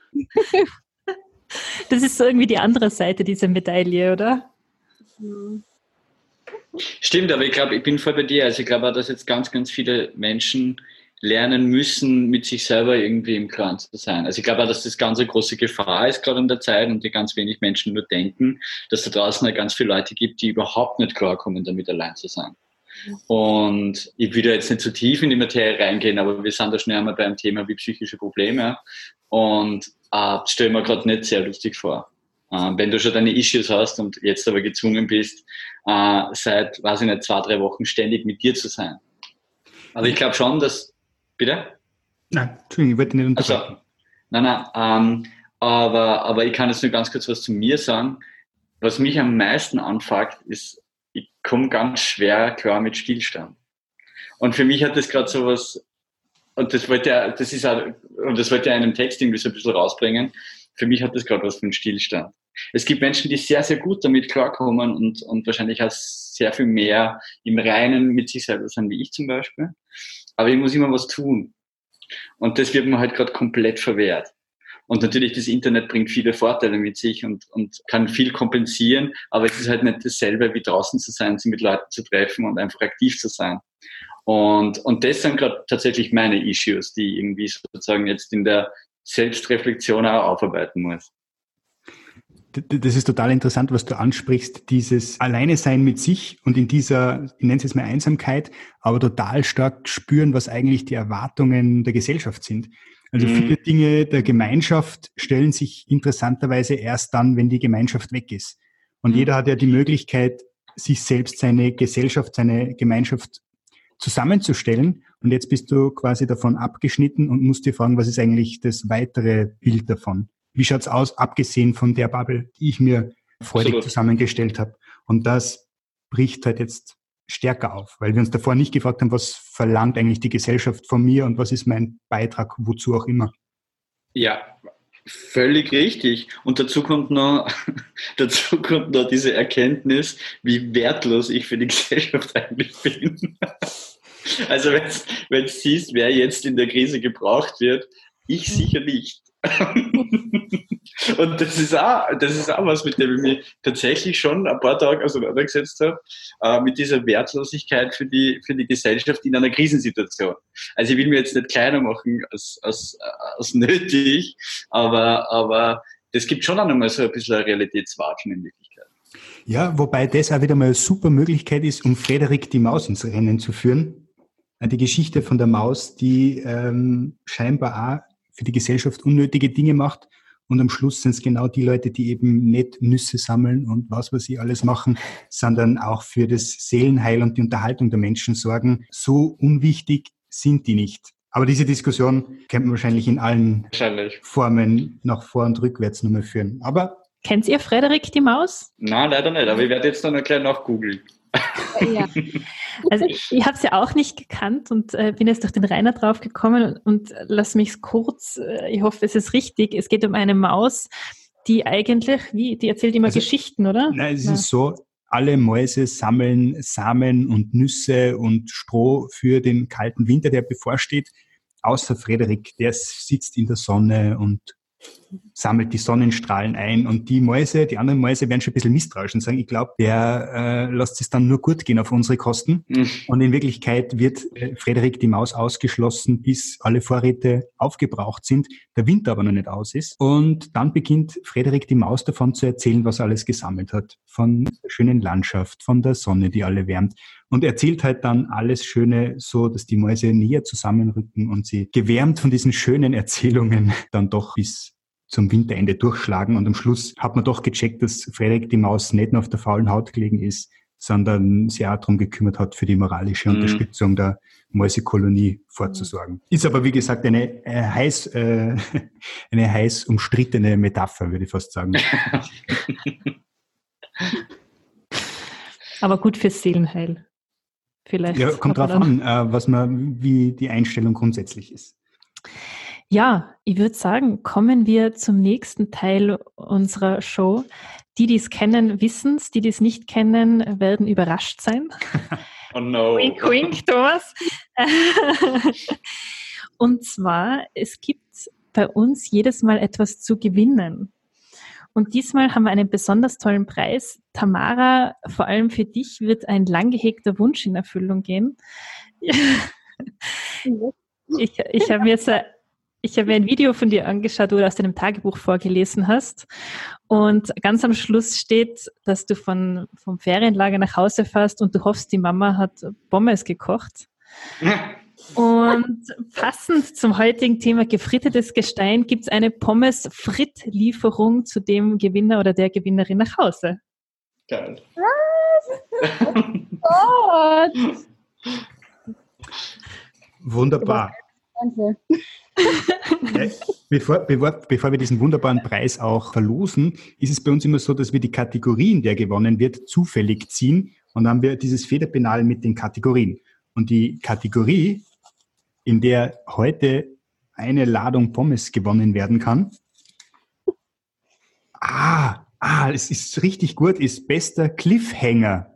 Das ist so irgendwie die andere Seite dieser Medaille, oder? Stimmt, aber ich glaube, ich bin voll bei dir. Also ich glaube auch, dass jetzt ganz, ganz viele Menschen lernen müssen, mit sich selber irgendwie im Klaren zu sein. Also ich glaube auch, dass das ganz eine große Gefahr ist, gerade in der Zeit, und die ganz wenig Menschen nur denken, dass da draußen halt ganz viele Leute gibt, die überhaupt nicht klarkommen, damit allein zu sein. Und ich will da jetzt nicht zu tief in die Materie reingehen, aber wir sind da schnell einmal beim Thema wie psychische Probleme. Und stell mir gerade nicht sehr lustig vor. Wenn du schon deine Issues hast und jetzt aber gezwungen bist, seit, weiß ich nicht, 2-3 Wochen ständig mit dir zu sein. Also ich glaube schon, dass... Bitte? Nein, Entschuldigung, ich wollte nicht unterbrechen. Also, nein, aber ich kann jetzt nur ganz kurz was zu mir sagen. Was mich am meisten anfuckt, ist, ich komme ganz schwer klar mit Stillstand. Und für mich hat das gerade sowas, und das wollte ich in einem Text irgendwie so ein bisschen rausbringen, für mich hat das gerade was von Stillstand. Es gibt Menschen, die sehr, sehr gut damit klarkommen und wahrscheinlich auch sehr viel mehr im Reinen mit sich selber sind, wie ich zum Beispiel. Aber ich muss immer was tun. Und das wird mir halt gerade komplett verwehrt. Und natürlich, das Internet bringt viele Vorteile mit sich und kann viel kompensieren, aber es ist halt nicht dasselbe, wie draußen zu sein, sich mit Leuten zu treffen und einfach aktiv zu sein. Und das sind gerade tatsächlich meine Issues, die ich irgendwie sozusagen jetzt in der Selbstreflexion auch aufarbeiten muss. Das ist total interessant, was du ansprichst, dieses Alleine sein mit sich und in dieser, ich nenne es jetzt mal Einsamkeit, aber total stark spüren, was eigentlich die Erwartungen der Gesellschaft sind. Also viele Dinge der Gemeinschaft stellen sich interessanterweise erst dann, wenn die Gemeinschaft weg ist. Und jeder hat ja die Möglichkeit, sich selbst, seine Gesellschaft, seine Gemeinschaft zusammenzustellen. Und jetzt bist du quasi davon abgeschnitten und musst dir fragen, was ist eigentlich das weitere Bild davon? Wie schaut's aus, abgesehen von der Bubble, die ich mir freudig zusammengestellt habe? Und das bricht halt jetzt stärker auf, weil wir uns davor nicht gefragt haben, was verlangt eigentlich die Gesellschaft von mir und was ist mein Beitrag, wozu auch immer. Ja, völlig richtig. Und dazu kommt noch diese Erkenntnis, wie wertlos ich für die Gesellschaft eigentlich bin. Also wenn du siehst, wer jetzt in der Krise gebraucht wird, ich sicher nicht. Und das ist auch was, mit dem ich mich tatsächlich schon ein paar Tage auseinandergesetzt habe, mit dieser Wertlosigkeit für die Gesellschaft in einer Krisensituation. Also ich will mir jetzt nicht kleiner machen als nötig, aber das gibt schon auch nochmal so ein bisschen ein Realitätswatschen in Wirklichkeit. Ja, wobei das auch wieder mal eine super Möglichkeit ist, um Frederik die Maus ins Rennen zu führen. Die Geschichte von der Maus, die scheinbar auch für die Gesellschaft unnötige Dinge macht. Und am Schluss sind es genau die Leute, die eben nicht Nüsse sammeln und was sie alles machen, sondern auch für das Seelenheil und die Unterhaltung der Menschen sorgen. So unwichtig sind die nicht. Aber diese Diskussion könnte man wahrscheinlich in allen Formen nach vor und rückwärts nochmal führen. Aber kennt ihr Frederik die Maus? Nein, leider nicht. Aber ich werde jetzt dann gleich nachgoogeln. Ja. Also ich habe sie ja auch nicht gekannt und bin jetzt durch den Rainer drauf gekommen und lass mich kurz, ich hoffe, es ist richtig, es geht um eine Maus, die eigentlich, die erzählt immer Geschichten, oder? Nein, es ist so, alle Mäuse sammeln Samen und Nüsse und Stroh für den kalten Winter, der bevorsteht, außer Frederik, der sitzt in der Sonne und sammelt die Sonnenstrahlen ein und die anderen Mäuse werden schon ein bisschen misstrauisch und sagen, ich glaube, der lässt es dann nur gut gehen auf unsere Kosten. Und in Wirklichkeit wird Frederik die Maus ausgeschlossen, bis alle Vorräte aufgebraucht sind, der Winter aber noch nicht aus ist. Und dann beginnt Frederik die Maus davon zu erzählen, was er alles gesammelt hat. Von der schönen Landschaft, von der Sonne, die alle wärmt. Und erzählt halt dann alles Schöne so, dass die Mäuse näher zusammenrücken und sie gewärmt von diesen schönen Erzählungen dann doch bis zum Winterende durchschlagen. Und am Schluss hat man doch gecheckt, dass Frederik die Maus nicht nur auf der faulen Haut gelegen ist, sondern sich auch darum gekümmert hat, für die moralische Unterstützung der Mäusekolonie vorzusorgen. Ist aber, wie gesagt, eine heiß umstrittene Metapher, würde ich fast sagen. Aber gut fürs Seelenheil. Vielleicht. Ja, kommt drauf an, wie die Einstellung grundsätzlich ist. Ja, ich würde sagen, kommen wir zum nächsten Teil unserer Show. Die es kennen, wissen es. Die es nicht kennen, werden überrascht sein. Oh no. Wink, wink, Thomas. Und zwar, es gibt bei uns jedes Mal etwas zu gewinnen. Und diesmal haben wir einen besonders tollen Preis. Tamara, vor allem für dich wird ein lang gehegter Wunsch in Erfüllung gehen. Ich habe mir ein Video von dir angeschaut, wo du aus deinem Tagebuch vorgelesen hast. Und ganz am Schluss steht, dass du vom Ferienlager nach Hause fährst und du hoffst, die Mama hat Pommes gekocht. Und passend zum heutigen Thema gefrittetes Gestein gibt es eine Pommes-Fritt-Lieferung zu dem Gewinner oder der Gewinnerin nach Hause. Geil. Oh Gott. Wunderbar. Danke. Bevor wir diesen wunderbaren Preis auch verlosen, ist es bei uns immer so, dass wir die Kategorien, der gewonnen wird, zufällig ziehen. Und dann haben wir dieses Federpenal mit den Kategorien. Und die Kategorie, in der heute eine Ladung Pommes gewonnen werden kann, es ist richtig gut, ist bester Cliffhanger.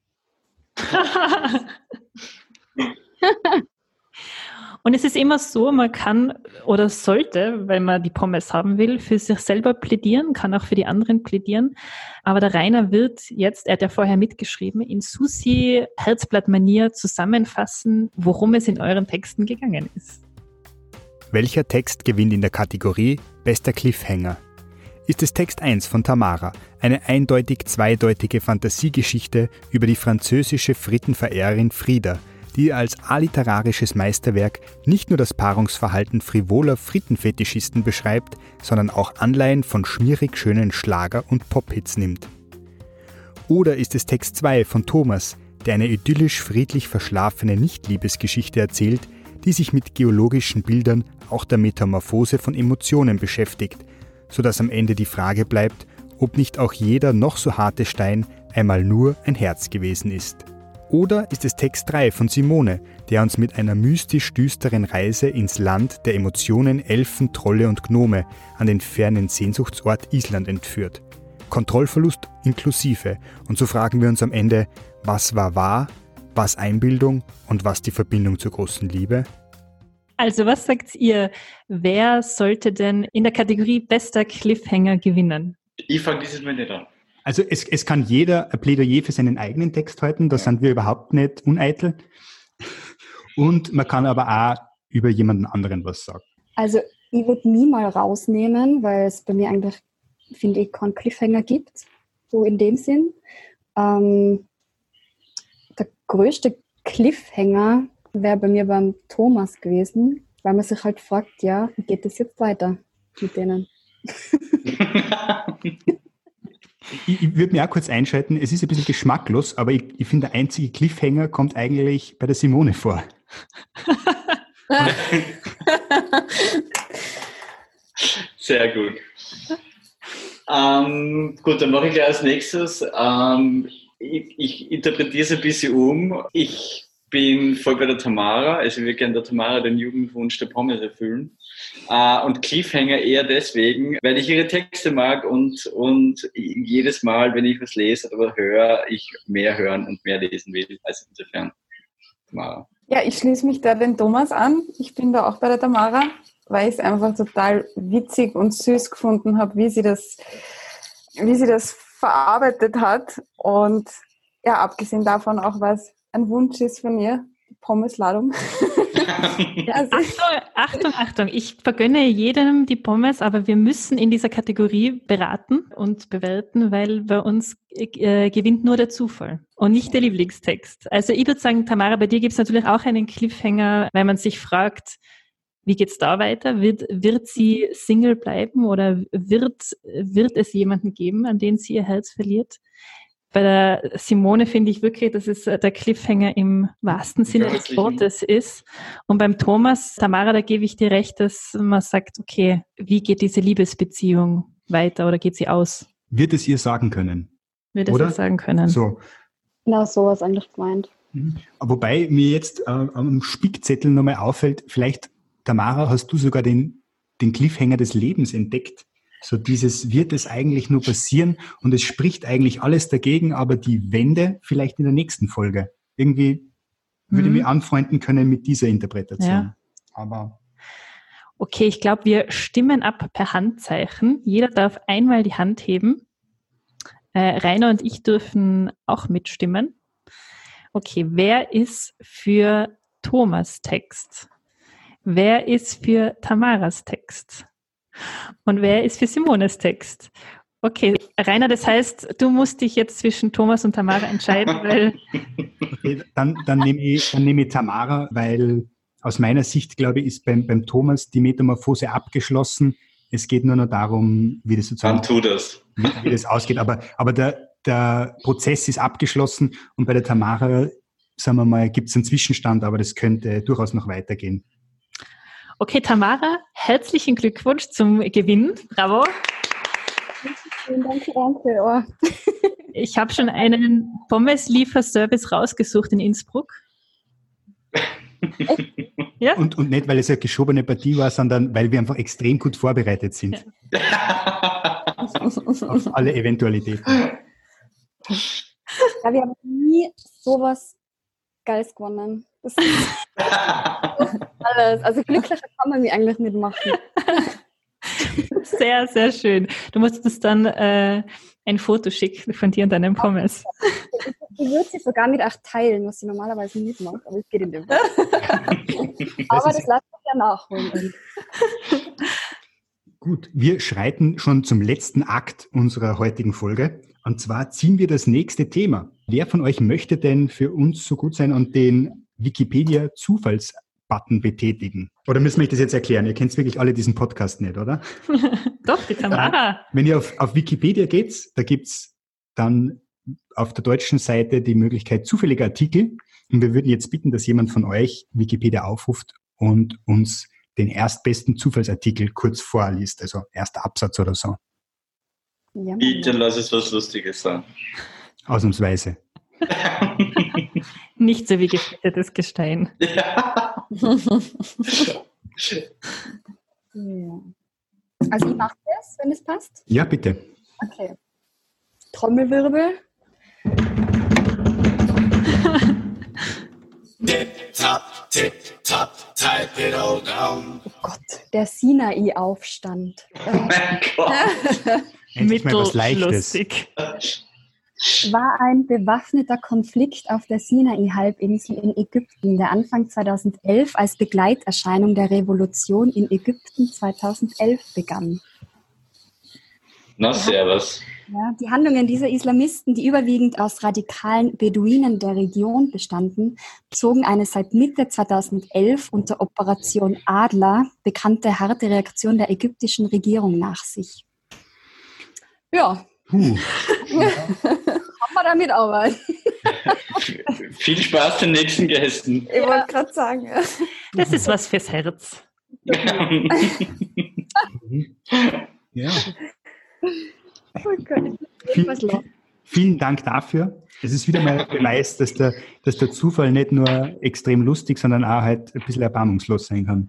Und es ist immer so, man kann oder sollte, wenn man die Pommes haben will, für sich selber plädieren, kann auch für die anderen plädieren. Aber der Rainer wird jetzt, er hat ja vorher mitgeschrieben, in Susi-Herzblatt-Manier zusammenfassen, worum es in euren Texten gegangen ist. Welcher Text gewinnt in der Kategorie Bester Cliffhanger? Ist es Text 1 von Tamara, eine eindeutig zweideutige Fantasiegeschichte über die französische Frittenverehrerin Frida, die als aliterarisches Meisterwerk nicht nur das Paarungsverhalten frivoler Frittenfetischisten beschreibt, sondern auch Anleihen von schmierig schönen Schlager- und Pop-Hits nimmt. Oder ist es Text 2 von Thomas, der eine idyllisch friedlich verschlafene Nicht-Liebesgeschichte erzählt, die sich mit geologischen Bildern auch der Metamorphose von Emotionen beschäftigt, sodass am Ende die Frage bleibt, ob nicht auch jeder noch so harte Stein einmal nur ein Herz gewesen ist. Oder ist es Text 3 von Simone, der uns mit einer mystisch düsteren Reise ins Land der Emotionen Elfen, Trolle und Gnome an den fernen Sehnsuchtsort Island entführt. Kontrollverlust inklusive. Und so fragen wir uns am Ende, was war wahr, was Einbildung und was die Verbindung zur großen Liebe? Also was sagt ihr, wer sollte denn in der Kategorie bester Cliffhanger gewinnen? Ich fange dieses Mal nicht an. Also es kann jeder ein Plädoyer für seinen eigenen Text halten, da sind wir überhaupt nicht uneitel. Und man kann aber auch über jemanden anderen was sagen. Also ich würde nie mal rausnehmen, weil es bei mir eigentlich, finde ich, keinen Cliffhanger gibt, so in dem Sinn. Der größte Cliffhanger wäre bei mir beim Thomas gewesen, weil man sich halt fragt, ja, wie geht es jetzt weiter mit denen? Ich würde mich auch kurz einschalten, es ist ein bisschen geschmacklos, aber ich finde, der einzige Cliffhanger kommt eigentlich bei der Simone vor. Sehr gut. Gut, dann mache ich gleich als nächstes. Ich interpretiere es ein bisschen um. Ich bin voll bei der Tamara, also ich würde gerne der Tamara den Jugendwunsch der Pommes erfüllen. Und Cliffhanger eher deswegen, weil ich ihre Texte mag und jedes Mal, wenn ich was lese oder höre, ich mehr hören und mehr lesen will. Also insofern, Tamara. Ja, ich schließe mich da den Thomas an. Ich bin da auch bei der Tamara, weil ich es einfach total witzig und süß gefunden habe, wie sie das verarbeitet hat. Und ja, abgesehen davon auch, was ein Wunsch ist von ihr, die Pommesladung. Ja, Achtung, ich vergönne jedem die Pommes, aber wir müssen in dieser Kategorie beraten und bewerten, weil bei uns gewinnt nur der Zufall und nicht der Lieblingstext. Also ich würde sagen, Tamara, bei dir gibt es natürlich auch einen Cliffhanger, weil man sich fragt, wie geht's da weiter? Wird sie Single bleiben oder wird es jemanden geben, an den sie ihr Herz verliert? Bei der Simone finde ich wirklich, dass es der Cliffhanger im wahrsten Sinne des Wortes ist. Und beim Thomas, Tamara, da gebe ich dir recht, dass man sagt, okay, wie geht diese Liebesbeziehung weiter oder geht sie aus? Wird es ihr sagen können? Wird es ihr sagen können. So. Genau, sowas eigentlich gemeint. Wobei mir jetzt am Spickzettel nochmal auffällt, vielleicht, Tamara, hast du sogar den Cliffhanger des Lebens entdeckt? So dieses, wird es eigentlich nur passieren und es spricht eigentlich alles dagegen, aber die Wende vielleicht in der nächsten Folge. Irgendwie würde ich mich anfreunden können mit dieser Interpretation. Ja. Aber okay, ich glaube, wir stimmen ab per Handzeichen. Jeder darf einmal die Hand heben. Rainer und ich dürfen auch mitstimmen. Okay, wer ist für Thomas' Text? Wer ist für Tamaras Text? Und wer ist für Simones Text? Okay, Rainer, das heißt, du musst dich jetzt zwischen Thomas und Tamara entscheiden, weil... Okay, dann nehme ich Tamara, weil aus meiner Sicht, glaube ich, ist beim Thomas die Metamorphose abgeschlossen. Es geht nur noch darum, wie das sozusagen... Dann tu das. Wie das ausgeht. Aber der Prozess ist abgeschlossen und bei der Tamara, sagen wir mal, gibt es einen Zwischenstand, aber das könnte durchaus noch weitergehen. Okay, Tamara, herzlichen Glückwunsch zum Gewinn. Bravo. Danke. Oh. Ich habe schon einen Pommes-Lieferservice rausgesucht in Innsbruck. Ja? Und nicht, weil es eine geschobene Partie war, sondern weil wir einfach extrem gut vorbereitet sind. Ja. Auf alle Eventualitäten. Ja, wir haben nie sowas Geiles gewonnen. Das ist alles. Also glücklicher kann man mich eigentlich nicht machen. Sehr, sehr schön. Du musst uns dann ein Foto schicken von dir und deinem Pommes. Ich würde sie sogar mit euch teilen, was sie normalerweise nicht macht, aber es geht in dem Fall. Aber das lasst mich ja nachholen. Gut, wir schreiten schon zum letzten Akt unserer heutigen Folge. Und zwar ziehen wir das nächste Thema. Wer von euch möchte denn für uns so gut sein und den Wikipedia-Zufalls-Button betätigen? Oder müssen wir das jetzt erklären? Ihr kennt wirklich alle diesen Podcast nicht, oder? Doch, die Tamara. Wenn ihr auf Wikipedia geht, da gibt's dann auf der deutschen Seite die Möglichkeit zufälliger Artikel. Und wir würden jetzt bitten, dass jemand von euch Wikipedia aufruft und uns den erstbesten Zufallsartikel kurz vorliest, also erster Absatz oder so. Ja, Bitte lass es was Lustiges sein. Ausnahmsweise. Nicht so wie gefrittetes Gestein. Ja. Ja. Also ich mache das, wenn es passt. Ja, bitte. Okay. Trommelwirbel. Tip, top, type it all down. Oh Gott, der Sinai-Aufstand. Oh mein Gott. Endlich mal was Leichtes. Mittellustig. War ein bewaffneter Konflikt auf der Sinai-Halbinsel in Ägypten, der Anfang 2011 als Begleiterscheinung der Revolution in Ägypten 2011 begann. Na, servus. Ja, die Handlungen dieser Islamisten, die überwiegend aus radikalen Beduinen der Region bestanden, zogen eine seit Mitte 2011 unter Operation Adler bekannte harte Reaktion der ägyptischen Regierung nach sich. Ja, kann man damit arbeiten. Viel Spaß den nächsten Gästen. Ich wollte gerade sagen. Das ist was fürs Herz. Ja. Oh Gott, was los? Vielen Dank dafür. Es ist wieder mal ein Beweis, dass der Zufall nicht nur extrem lustig, sondern auch halt ein bisschen erbarmungslos sein kann.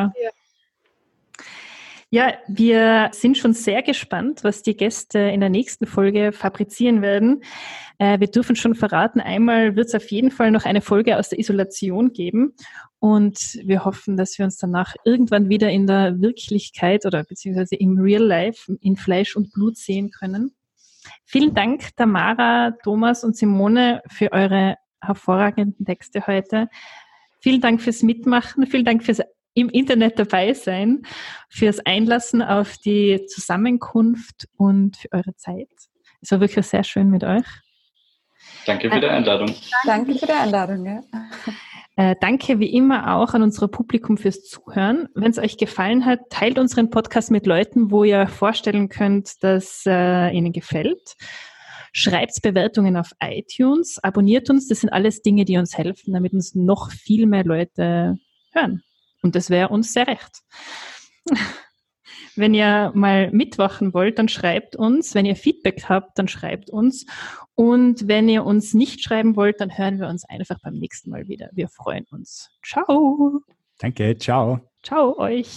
Ja, wir sind schon sehr gespannt, was die Gäste in der nächsten Folge fabrizieren werden. Wir dürfen schon verraten, einmal wird es auf jeden Fall noch eine Folge aus der Isolation geben und wir hoffen, dass wir uns danach irgendwann wieder in der Wirklichkeit oder beziehungsweise im Real Life in Fleisch und Blut sehen können. Vielen Dank, Tamara, Thomas und Simone, für eure hervorragenden Texte heute. Vielen Dank fürs Mitmachen, vielen Dank fürs im Internet dabei sein, fürs Einlassen auf die Zusammenkunft und für eure Zeit. Es war wirklich sehr schön mit euch. Danke für die Einladung. Danke für die Einladung. Ja. Danke wie immer auch an unser Publikum fürs Zuhören. Wenn es euch gefallen hat, teilt unseren Podcast mit Leuten, wo ihr vorstellen könnt, dass ihnen gefällt. Schreibt Bewertungen auf iTunes, abonniert uns. Das sind alles Dinge, die uns helfen, damit uns noch viel mehr Leute hören. Und das wäre uns sehr recht. Wenn ihr mal mitwachen wollt, dann schreibt uns. Wenn ihr Feedback habt, dann schreibt uns. Und wenn ihr uns nicht schreiben wollt, dann hören wir uns einfach beim nächsten Mal wieder. Wir freuen uns. Ciao. Danke, ciao. Ciao euch.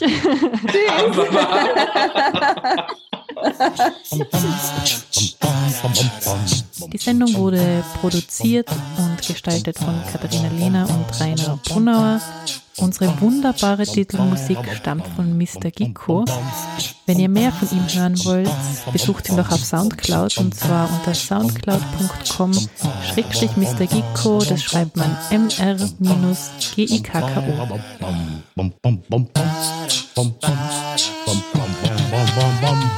Die Sendung wurde produziert und gestaltet von Katharina Lehner und Rainer Brunauer. Unsere wunderbare Titelmusik stammt von Mr. Gikko. Wenn ihr mehr von ihm hören wollt, besucht ihn doch auf Soundcloud und zwar unter soundcloud.com/Mr. Gikko. Das schreibt man MR-GIKKO.